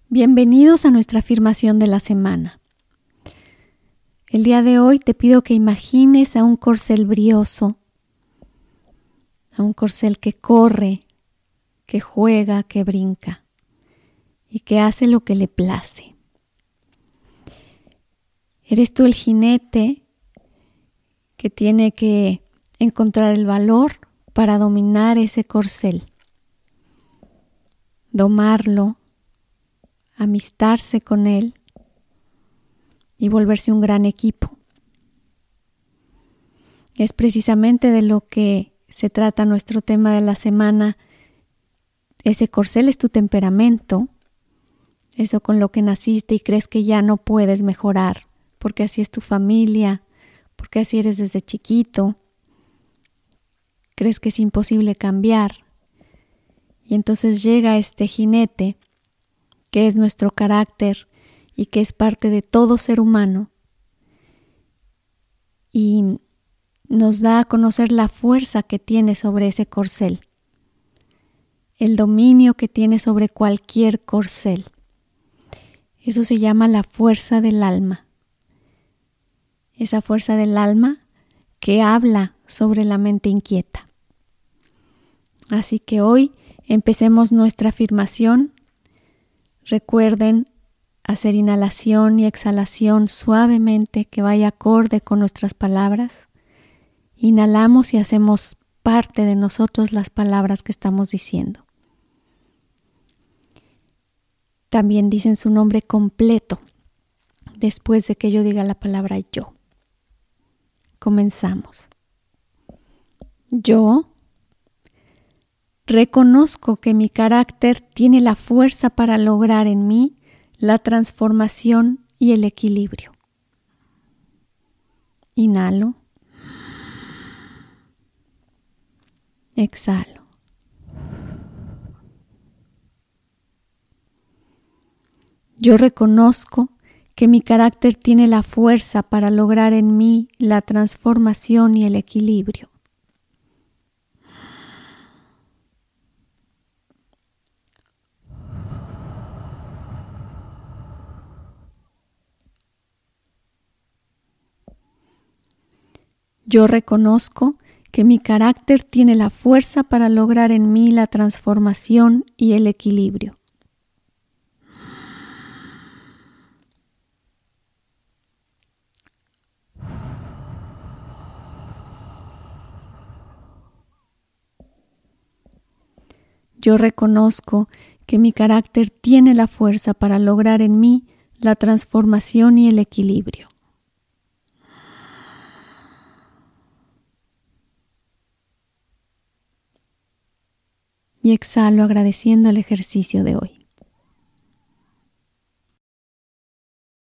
Bienvenidos a nuestra afirmación de la semana. El día de hoy te pido que imagines a un corcel brioso, a un corcel que corre, que juega, que brinca y que hace lo que le place. Eres tú el jinete que tiene que encontrar el valor para dominar ese corcel, domarlo, amistarse con él y volverse un gran equipo. Es precisamente de lo que se trata nuestro tema de la semana. Ese corcel es tu temperamento, eso con lo que naciste y crees que ya no puedes mejorar, porque así es tu familia, porque así eres desde chiquito. Crees que es imposible cambiar. Y entonces llega este jinete, que es nuestro carácter y que es parte de todo ser humano, y nos da a conocer la fuerza que tiene sobre ese corcel, el dominio que tiene sobre cualquier corcel. Eso se llama la fuerza del alma. Esa fuerza del alma que habla sobre la mente inquieta. Así que hoy empecemos nuestra afirmación. Recuerden hacer inhalación y exhalación suavemente que vaya acorde con nuestras palabras. Inhalamos y hacemos parte de nosotros las palabras que estamos diciendo. También dicen su nombre completo después de que yo diga la palabra yo. Comenzamos. Yo reconozco que mi carácter tiene la fuerza para lograr en mí la transformación y el equilibrio. Inhalo. Exhalo. Yo reconozco que mi carácter tiene la fuerza para lograr en mí la transformación y el equilibrio. Yo reconozco que mi carácter tiene la fuerza para lograr en mí la transformación y el equilibrio. Yo reconozco que mi carácter tiene la fuerza para lograr en mí la transformación y el equilibrio. Y exhalo agradeciendo el ejercicio de hoy.